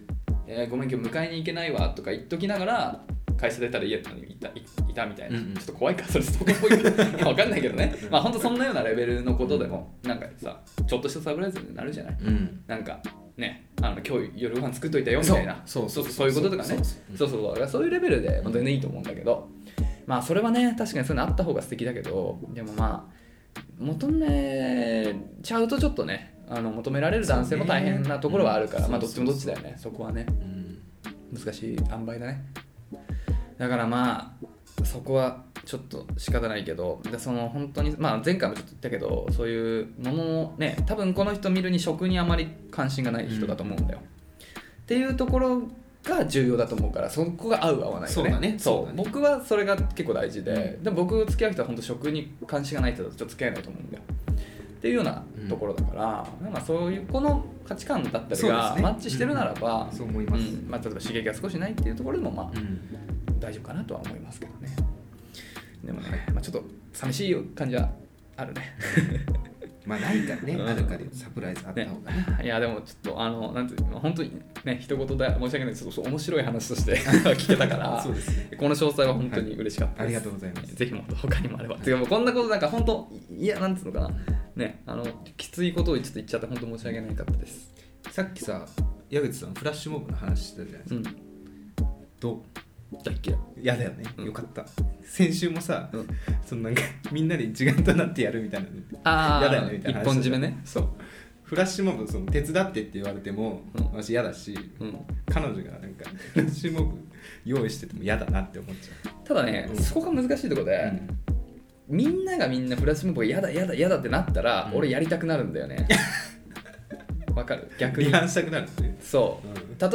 ごめん今日迎えに行けないわとか言っときながら会社出たら家にいたみたいな、ちょっと怖いかそれストーカーっぽいかいや分かんないけどねまあほんとそんなようなレベルのことでもなんかさちょっとしたサプライズになるじゃない、なんかね今日夜ご飯作っといたよみたいなそういうこととかねそういうレベルで全然いいと思うんだけど、まあそれはね確かにそういうのあった方が素敵だけど、でもまあ求めちゃうとちょっとね求められる男性も大変なところはあるから、まあどっちもどっちだよね、そこはね、難しい塩梅だね。だからまあそこはちょっと仕方ないけど、でその本当にまあ前回もちょっと言ったけど、そういうものをね多分この人見るに食にあまり関心がない人だと思うんだよ、っていうところが重要だと思うから、そこが合う合わないよね。 そうだね。 そう僕はそれが結構大事で、でも僕付き合う人は本当食に関心がない人だとちょっと付き合えないと思うんだよっていうようなところだから、まあそういうこの価値観だったりがマッチしてるならば、 そう思います。 まあ例えば刺激が少しないっていうところでもまあ大丈夫かなとは思いますけどね。でもね、まあちょっと寂しい感じはあるね。 まあないからね、あるからサプライズあった方がね。 いやでもちょっとなんていうの本当にね一言で申し訳ないですけど、面白い話として聞けたからそうです、ね、 この詳細は本当に嬉しかったです、 ありがとうございます。 ぜひも他にもあれば。てかもうこんなことなんか本当いやなんていうのかなね、きついことをちょっと言っちゃって本当申し訳ないかったです。 さっきさ矢口さんフラッシュモブの話してたじゃないですか、どう大嫌い。 嫌だよね、よかった。先週もさ、そのなんかみんなで一丸となってやるみたいな嫌だよねみたいな話。 一本締めね。 そうフラッシュモブその手伝ってって言われても、私嫌だし、彼女がなんかフラッシュモブ用意してても嫌だなって思っちゃう。 ただね、そこが難しいところで、みんながみんなフラッシュモブが嫌だってなったら、俺やりたくなるんだよね。わかる？逆に離反したくなるんですね。 そう、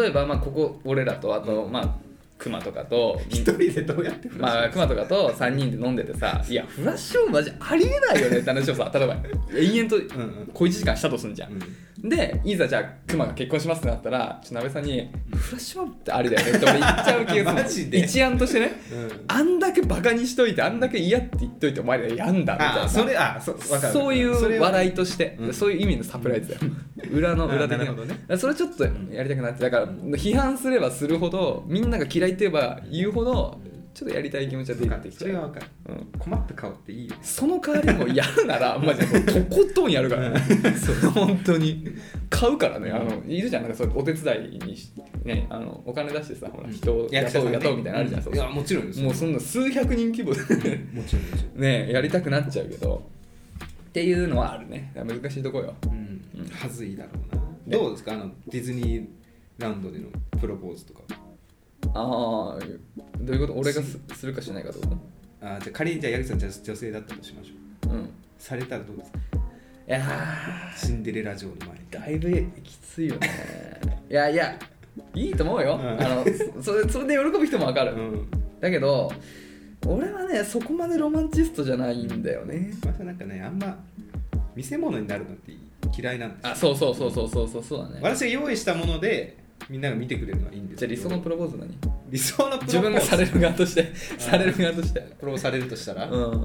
例えばまあここ俺らとあとまあクマとかと一人でどうやってまあクマとかと3人で飲んでてさ、いやフラッシュモブマジありえないよねって話をさ、例えば延々と小1時間したとすんじゃん、でいざじゃあクマが結婚しますってなったら、ちょっと鍋さんにフラッシュモブってありだよねって俺言っちゃう気がする。 マジで一案としてね、あんだけバカにしといてあんだけ嫌って言っといてお前らやんだみたいな、そういう笑いとして、そういう意味のサプライズだよ。裏的な、それちょっとやりたくなって、だから批判すればするほどみんなが嫌いって言えば言うほどちょっとやりたい気持ちが出てきちゃう。 それは分かる、困った顔っていいよ。 その代わりもやるならマジでとことんやるからね。そう本当に買うからね。いるじゃん、なんかそうお手伝いにね、お金出してさ、ほら人を雇うみたいなのあるじゃん。 いやもちろんです。 もうそんな数百人規模でもちろんねやりたくなっちゃうけどっていうのはあるね。難しいとこよ。 はずいだろうな。どうですかディズニーランドでのプロポーズとか。 ああ、どういうこと？俺がするかしないかってこと？ じゃあ仮にじゃあ矢口さん女性だったとしましょう。されたらどうですか？ いやシンデレラ城の前に。 だいぶきついよね。いやいいと思うよ。それで喜ぶ人もわかる。だけど俺はねそこまでロマンチストじゃないんだよね。 またなんかねあんま見せ物になるのって嫌いなんですよ。 あ、そうだね。 私が用意したものでみんなが見てくれるのはいいんですけど。 じゃあ理想のプロポーズ何？ 理想のプロポーズ。 自分がされる側としてプロポーズされるとしたら、ちょ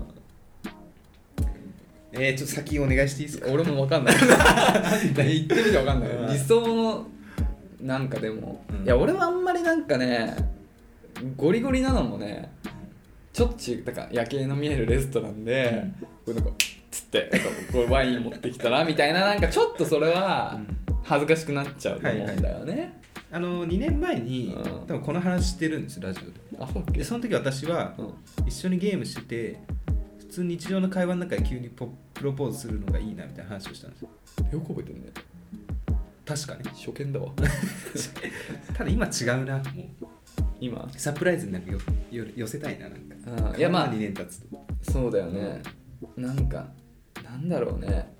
っと先お願いしていいですか？ 俺も分かんない。言ってみて分かんない。理想のなんかでも、いや俺はあんまりなんかねゴリゴリなのもねちょっとだから夜景の見えるレストランで、こうなんかつってこうワイン持ってきたらみたいな、なんかちょっとそれは恥ずかしくなっちゃうと思うんだよね。 2年前に、多分この話してるんですラジオで。 あ、そうだっけ？ でその時私は、一緒にゲームしてて普通日常の会話の中で急にプロポーズするのがいいなみたいな話をしたんですよ。 よく覚えてるね。 確かね。 初見だわ。 ただ今違うな。もう今サプライズになんか寄せたいな、なんか。 いやまあ 2年経つと。 そうだよね。なんかなんだろうね。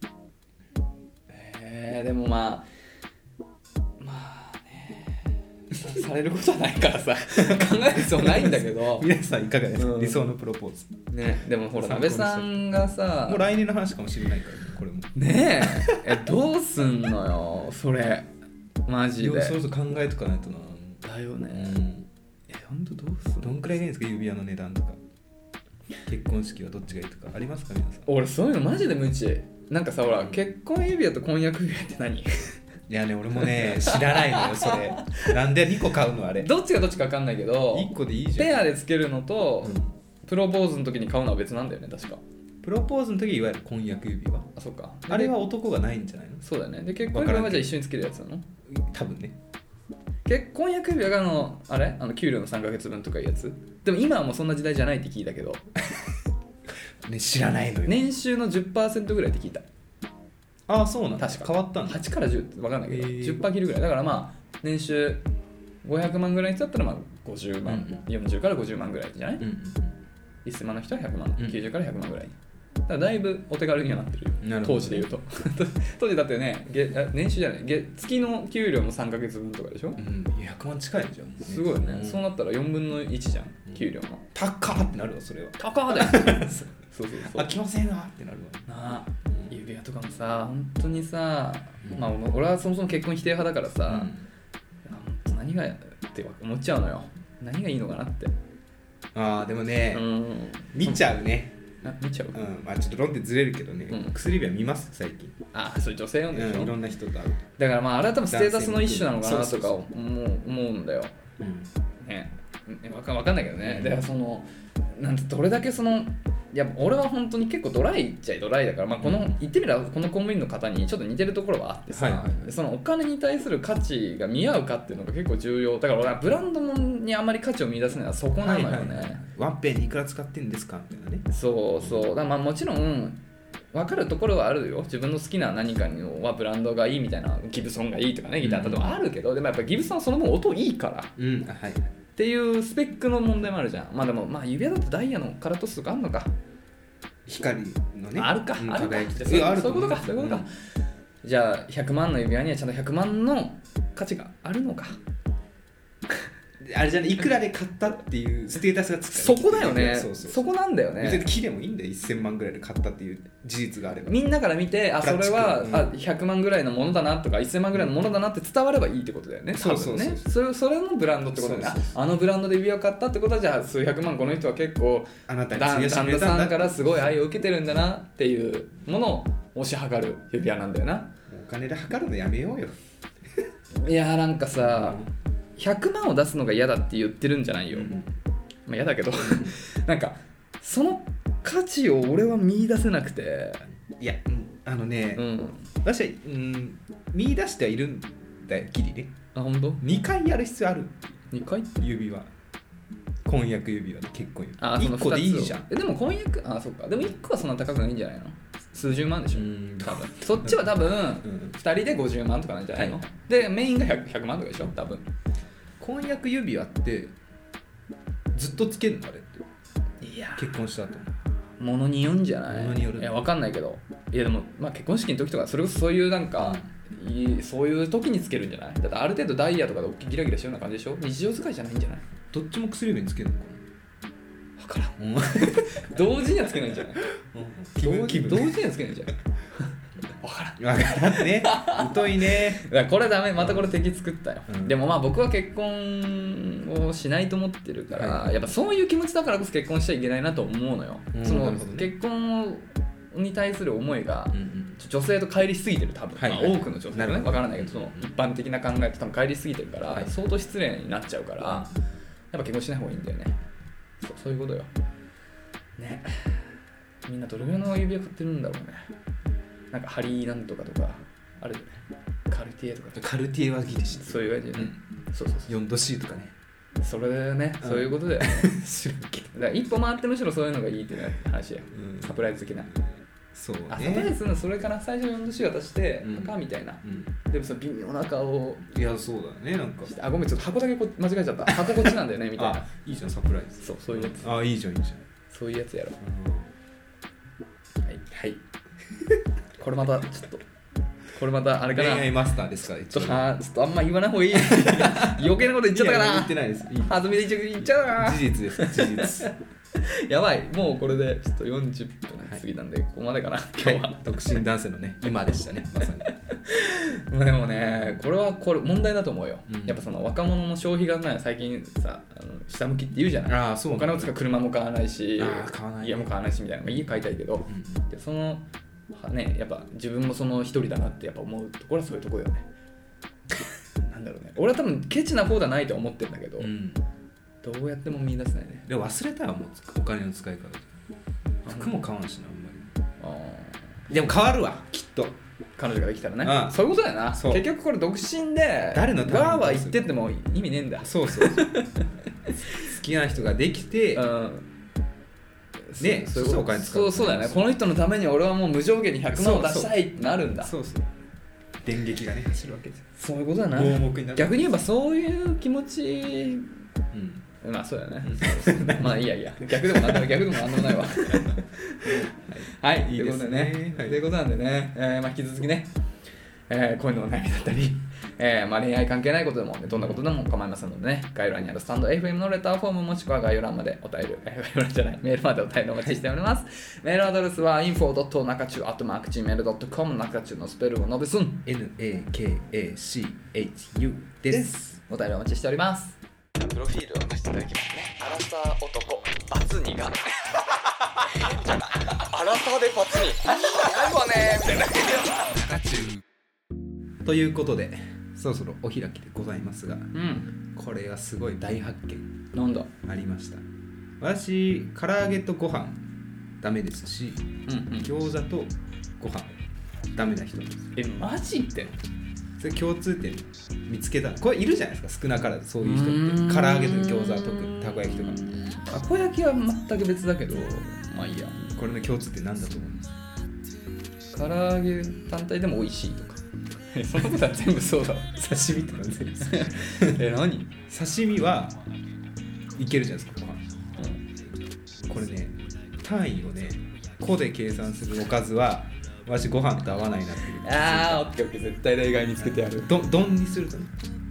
でもまあね、されることはないからさ考える必要ないんだけど。 皆さんいかがですか、理想のプロポーズ。 ね、でもほら鍋さんがさ、 もう来年の話かもしれないからね、これもねどうすんのよそれマジで。 そう考えとかないとな。 だよね。ほんとどうすんの？ どんくらいがいいんですか、指輪の値段とか。結婚式はどっちがいいとかありますか皆さん？ 俺そういうのマジで無知。なんかさほら、結婚指輪と婚約指輪って何？ いやね俺もね知らないのよそれ。なんで2個買うのあれ。 どっちがどっちか分かんないけど 1個でいいじゃん。 ペアでつけるのと、プロポーズの時に買うのは別なんだよね確か。 プロポーズの時いわゆる婚約指輪。 あ、そうか。 あれは男がないんじゃないの。 そうだね。で結婚指輪はじゃあ一緒につけるやつなの。 多分ね。 結婚約指輪があれ給料の3ヶ月分とかいうやつ。でも今はもうそんな時代じゃないって聞いたけどね、知らないのよ。 年収の 10% ぐらいって聞いた。 ああそうなんだ。 確か変わったんだ。 8から10って分かんないけど、10% 切るぐらいだからまあ年収500万ぐらいの人だったらまあ50万、40から50万ぐらいじゃない、1000万の人は100万、90から100万ぐらいだからだいぶお手軽にはなってるよ、当時で言うと当時だってね年収じゃない月の給料も3ヶ月分とかでしょ、 100万近いじゃん。 すごいね、そうなったら4分の1じゃん、給料の高ーってなるわそれは。 高ーだよそう飽きませんわってなるわなあ。指輪とかもさ本当にさ、まあ俺はそもそも結婚否定派だからさ、何がって思っちゃうのよ。何がいいのかなって。 ああでもね、見ちゃうね。 見ちゃう。 まあちょっと論点ずれるけどね、薬指輪見ます最近。 ああ、それ女性用でしょ。 いろんな人と会う。 だからまああれは多分ステータスの一種なのかなとか思うんだよ。ね、わかんないけどね。だからそのなんてどれだけそのいや俺は本当に結構ドライっちゃドライだから、まあ、この言ってみればこの公務員の方にちょっと似てるところはあってさ、そのお金に対する価値が見合うかっていうのが結構重要だから俺はブランドにあんまり価値を見出すのはそこなのよね、 ワンペンにいくら使ってんですかみたいなね。 そうだからまあもちろん分かるところはあるよ。自分の好きな何かにはブランドがいいみたいな、ギブソンがいいとかね、ギターとかあるけど、でもやっぱギブソンはその分音いいから、っていうスペックの問題もあるじゃん。まあでもまあ指輪だとダイヤのカラートスとかあるのか、 光のねあるか、 あるか、 そういうことか、そういうことか。じゃあ100万の指輪にはちゃんと100万の価値があるのか。 あれじゃね、いくらで買ったっていうステータスがつく。 そこだよね。そこなんだよね。 別に木でもいいんだよ。1000万ぐらいで買ったっていう事実があれば。 みんなから見て、あ、それは、100万ぐらいのものだなとか1000万ぐらいのものだなって伝わればいいってことだよね。多分ね。それのブランドってことだよね。あのブランドで指輪を買ったってことは、じゃあ数百万この人は結構あなたに旦那さんからすごい愛を受けてるんだなっていうものを推し量る指輪なんだよな。 お金で測るのやめようよ。 いやーなんかさ、100万を出すのが嫌だって言ってるんじゃないよ、まあ嫌だけどなんかその価値を俺は見出せなくて、 いや私は見出してはいるんだよギリね。 あ、本当 ？2回やる必要ある。 2回指輪、婚約指輪と結婚指輪。 1 個でいいじゃん。 でも婚約、あ、そっか、でも1個はそんな高くないんじゃないの？数十万でしょ多分。そっちは多分2人で50万とかなんじゃないの？でメインが 100万とかでしょ多分。 婚約指輪ってずっとつけるのあれって。 いや結婚した後ものによるんじゃない？ ものによる。 いや分かんないけど、いやでもまあ結婚式の時とかそれこそそういうなんか、そういう時につけるんじゃない？だってある程度ダイヤとかでギラギラしてるような感じでしょ？日常使いじゃないんじゃない？ どっちも薬指につけるのかな？分からん同時にはつけないんじゃない？同時にはつけないんじゃない？分からんね。疎いね。 これダメ、またこれ敵作ったよ、でもまあ僕は結婚をしないと思ってるから、やっぱそういう気持ちだからこそ結婚しちゃいけないなと思うのよ、その結婚に対する思いが女性と乖離しすぎてる多分、多くの女性ね、分からないけどその一般的な考えと多分乖離しすぎてるから、相当失礼になっちゃうから、やっぱ結婚しない方がいいんだよね。そういうことよね。みんなどれぐらいの指輪買ってるんだろうね。なんかハリーなんとかとかあるよね。カルティエとか。 カルティエはギリしてる。 そういう感じでね。そう 4度 C とかね。 それだよね。そういうことだよね。だから一歩回ってむしろそういうのがいいっていう話や。サプライズ的な。 そうね。 サプライズするのそれから最初4度 C 渡して赤みたいな。でもその微妙な顔。 いやそうだねなんか。 あごめんちょっと箱だけ間違えちゃった。箱こっちなんだよねみたいな。 いいじゃんサプライズ。 そういうやつ。 あいいじゃんいいじゃん。 そういうやつやろ。はい。これまたあれかな。 恋愛マスターですからちょっとあんま言わない方がいい。余計なこと言っちゃったかな。 言ってないです。 弾みで言っちゃうかな。 事実です事実。 やばい、もうこれでちょっと40分過ぎたんで、ここまでかな今日は。 独身男性のね今でしたねまさに。 でもねこれ問題だと思うよ、やっぱその若者の消費がね最近さ下向きって言うじゃない。お金を使う車も買わないし家も買わないしみたいな、家買いたいけど、でそのねやっぱ自分もその一人だなってやっぱ思うところはそういうところよね。 なんだろうね、俺は多分ケチな方ではないと思ってるんだけど、 うん、 どうやっても見出せないね。 でも忘れたらもうお金の使い方服も買わんしなあんまり。でも変わるわきっと彼女ができたらね。 ああそういうことだよな。 そう結局これ独身で誰のためにわーわー言ってっても意味ねえんだ。 そう好きな人ができて、ね、そういうお金使う。 そうだよね。この人のために俺はもう無上限に100万を出したいってなるんだ。 そう電撃がね走るわけです。 そういうことだな。 盲目になる。 逆に言えばそういう気持ち、まあそうだね。まあいいや逆でもなんでもないわ。はい、いいですね。ということなんでね、まあ引き続きね、こういうのお悩みだったり、まあ恋愛関係ないことでも、どんなことでも構いませんのでね、概要欄にあるスタンド FM のレターフォームもしくは概要欄までメールまでお便りお待ちしております。メールアドレスは info.nakachu@gmail.com 中中のスペルを伸びすん NAKACHU です。 お便りお待ちしております。プロフィールを出していただきますね。アラサー男バツ2がアラサーでバツ2ないわねみたいなということでそろそろお開きでございますが、これはすごい大発見なんだありました。私唐揚げとご飯ダメですし、餃子とご飯ダメな人です。 マジってそれ共通点見つけた。これいるじゃないですか少なからずそういう人って。唐揚げと餃子は特にたこ焼きとか。 たこ焼きは全く別だけど、まあいいや。 これの共通点なんだと思います？ 唐揚げ単体でも美味しいとかそのことは全部そうだわ。 刺身とか全部何？ 刺身はいけるじゃないですかご飯、これね単位をね個で計算するおかずは私ご飯と合わないなっていう。 オッケー絶対例外見つけてやる。 丼にするとね、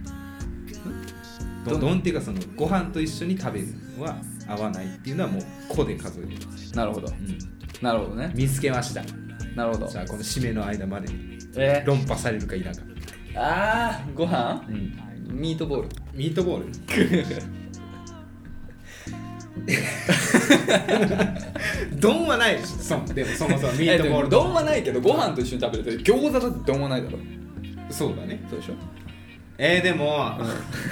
丼っていうかそのご飯と一緒に食べるのは合わないっていうのはもう個で数える。 なるほど、なるほどね。 見つけました。 なるほど。 じゃあこの締めの間までに論破されるか否か。 ご飯、ミートボール丼はないでしょ。でもそもそもミートボール丼はないけどご飯と一緒に食べると餃子だって丼はないだろ。 そうだね。 そうでしょ。 でも、あ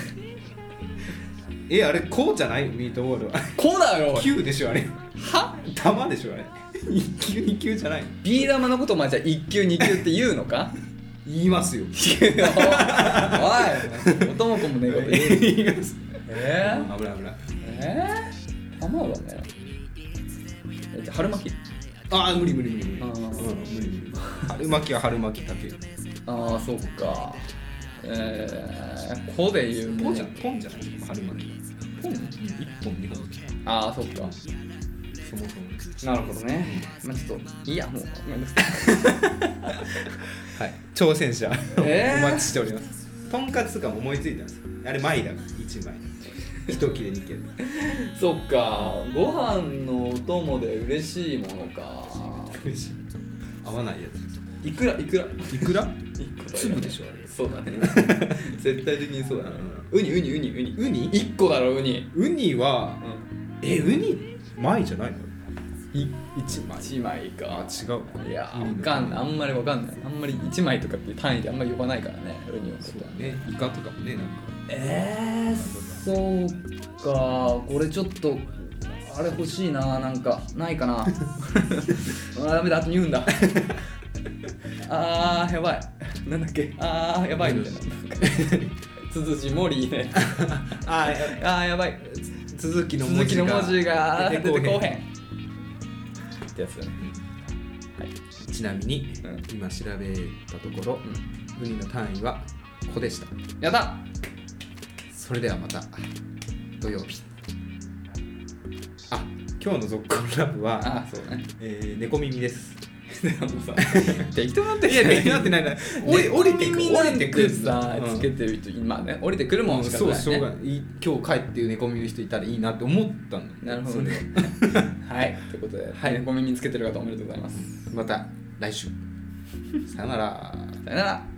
れこうじゃないよミートボールは。 こうだよ。 球でしょあれ。玉でしょあれ。1球2球じゃない。 ビー玉のことをじゃあ1球2球って言うのか。 言いますよ。 おい、元も子もねえこと言います。 危ない。 玉だね。春巻き。 無理。春巻きは春巻きだけ。 そっか。こで言うポンじゃない春巻き。ポン？1本2本。 そっか。 そもそも。 なるほどね。まあちょっといいやもうめんどくさい。 はい。挑戦者お待ちしております。とんかつとかも思いついたんですよ。あれ枚だから1枚。一切れ2切れ。 そっか。ご飯のお供で嬉しいものか。 嬉しい。合わないやつ。 いくら粒でしょあれ。 そうだね。絶対的にそうだね。ウニ1個だろウニは、ウニ枚じゃないの ？1枚か。 違う。 いやわかんない。あんまりわかんない。あんまり1枚とかっていう単位であんまり呼ばないからねウニを。 そうだね。イカとかもねなんか。 そうか。これちょっとあれ欲しいな。なんかないかな。ダメだあと2分だ。やばい。なんだっけ。やばいみたいな。つづじもりね。やばい。 続きの文字が出てこへんってやつだね。 ちなみに、今調べたところ、ウニの単位は個でした。 やった。 それではまた土曜日。今日の続行ラブはそうね。 猫耳です。 適当なってない降りてくるさつけてる人今ね降りてくるもんしかないね。 そうしょうがない。今日帰って猫耳の人いたらいいなって思ったの。 なるほどね。はいということで猫耳つけてる方おめでとうございます。 また来週。さよなら。